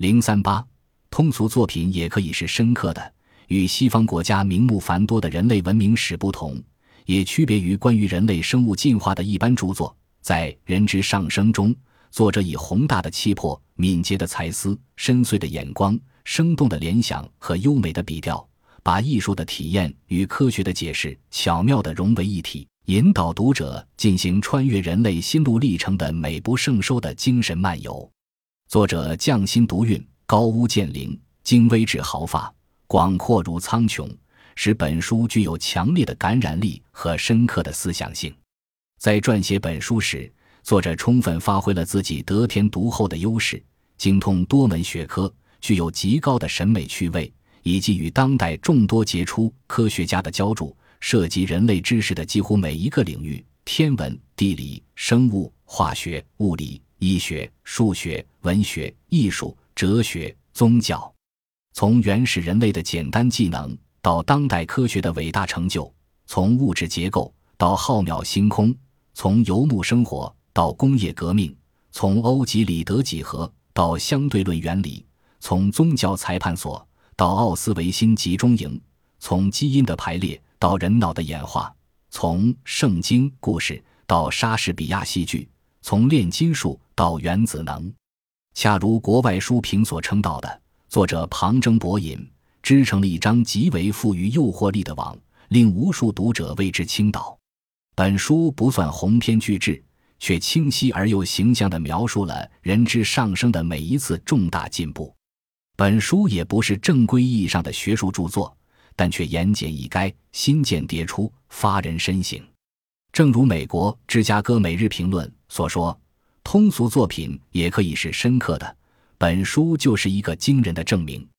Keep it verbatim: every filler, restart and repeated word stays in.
零三八，通俗作品也可以是深刻的。与西方国家名目繁多的人类文明史不同，也区别于关于人类生物进化的一般著作，在《人之上升》中，作者以宏大的气魄、敏捷的才思、深邃的眼光、生动的联想和优美的笔调，把艺术的体验与科学的解释巧妙地融为一体，引导读者进行穿越人类心路历程的美不胜收的精神漫游。作者匠心独运，高屋建瓴，精微至毫发，广阔如苍穹，使本书具有强烈的感染力和深刻的思想性。在撰写本书时，作者充分发挥了自己得天独厚的优势，精通多门学科，具有极高的审美趣味，以及与当代众多杰出科学家的交著，涉及人类知识的几乎每一个领域，天文、地理、生物、化学、物理、医学、数学、文学、艺术、哲学、宗教。从原始人类的简单技能到当代科学的伟大成就，从物质结构到浩渺星空，从游牧生活到工业革命，从欧几里得几何到相对论原理，从宗教裁判所到奥斯维辛集中营，从基因的排列到人脑的演化，从圣经故事到莎士比亚戏剧，从炼金术到原子能。恰如国外书评所称道的，作者旁征博引，织成了一张极为富于诱惑力的网，令无数读者为之倾倒。本书不算鸿篇巨制，却清晰而又形象地描述了人之上升的每一次重大进步。本书也不是正规意义上的学术著作，但却言简意赅，新见迭出，发人深省。正如美国芝加哥每日评论所说，通俗作品也可以是深刻的，本书就是一个惊人的证明。